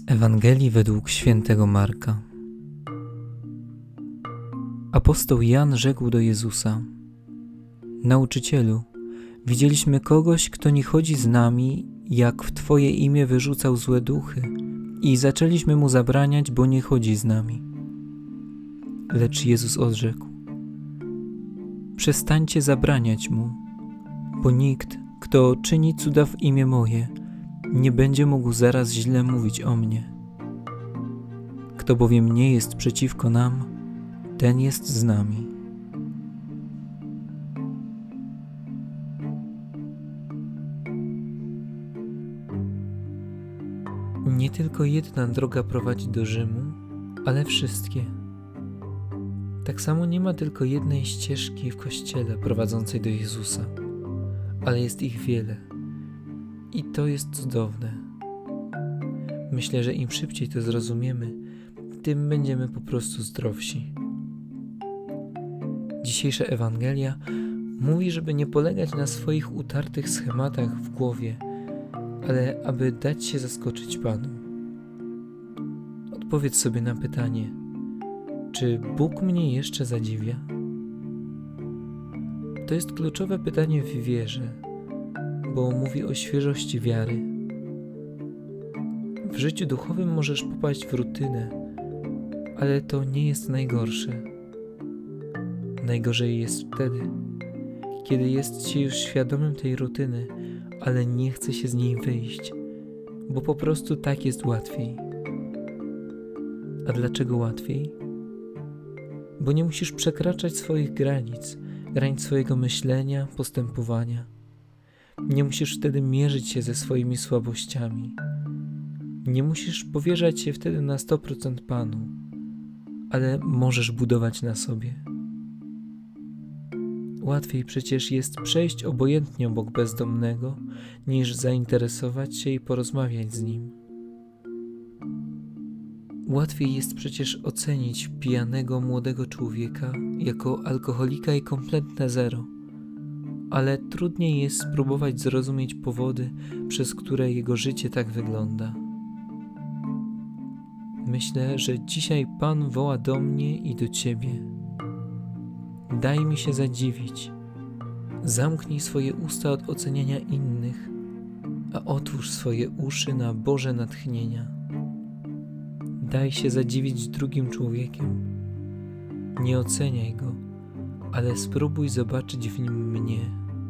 Ewangelii według świętego Marka. Apostoł Jan rzekł do Jezusa: Nauczycielu, widzieliśmy kogoś, kto nie chodzi z nami, jak w Twoje imię wyrzucał złe duchy, i zaczęliśmy mu zabraniać, bo nie chodzi z nami. Lecz Jezus odrzekł: Przestańcie zabraniać mu, bo nikt, kto czyni cuda w imię moje, nie będzie mógł zaraz źle mówić o mnie. Kto bowiem nie jest przeciwko nam, ten jest z nami. Nie tylko jedna droga prowadzi do Rzymu, ale wszystkie. Tak samo nie ma tylko jednej ścieżki w Kościele prowadzącej do Jezusa, ale jest ich wiele. I to jest cudowne. Myślę, że im szybciej to zrozumiemy, tym będziemy po prostu zdrowsi. Dzisiejsza Ewangelia mówi, żeby nie polegać na swoich utartych schematach w głowie, ale aby dać się zaskoczyć Panu. Odpowiedz sobie na pytanie: czy Bóg mnie jeszcze zadziwia? To jest kluczowe pytanie w wierze, bo mówi o świeżości wiary. W życiu duchowym możesz popaść w rutynę, ale to nie jest najgorsze. Najgorzej jest wtedy, kiedy jest się już świadomym tej rutyny, ale nie chce się z niej wyjść, bo po prostu tak jest łatwiej. A dlaczego łatwiej? Bo nie musisz przekraczać swoich granic swojego myślenia, postępowania. Nie musisz wtedy mierzyć się ze swoimi słabościami. Nie musisz powierzać się wtedy na 100% Panu, ale możesz budować na sobie. Łatwiej przecież jest przejść obojętnie obok bezdomnego, niż zainteresować się i porozmawiać z nim. Łatwiej jest przecież ocenić pijanego młodego człowieka jako alkoholika i kompletne zero, ale trudniej jest spróbować zrozumieć powody, przez które jego życie tak wygląda. Myślę, że dzisiaj Pan woła do mnie i do Ciebie. Daj mi się zadziwić. Zamknij swoje usta od oceniania innych, a otwórz swoje uszy na Boże natchnienia. Daj się zadziwić drugim człowiekiem. Nie oceniaj go, ale spróbuj zobaczyć w nim mnie.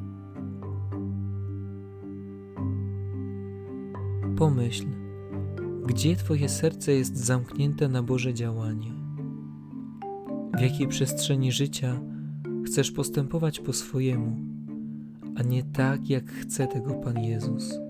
Pomyśl, gdzie Twoje serce jest zamknięte na Boże działanie? W jakiej przestrzeni życia chcesz postępować po swojemu, a nie tak, jak chce tego Pan Jezus?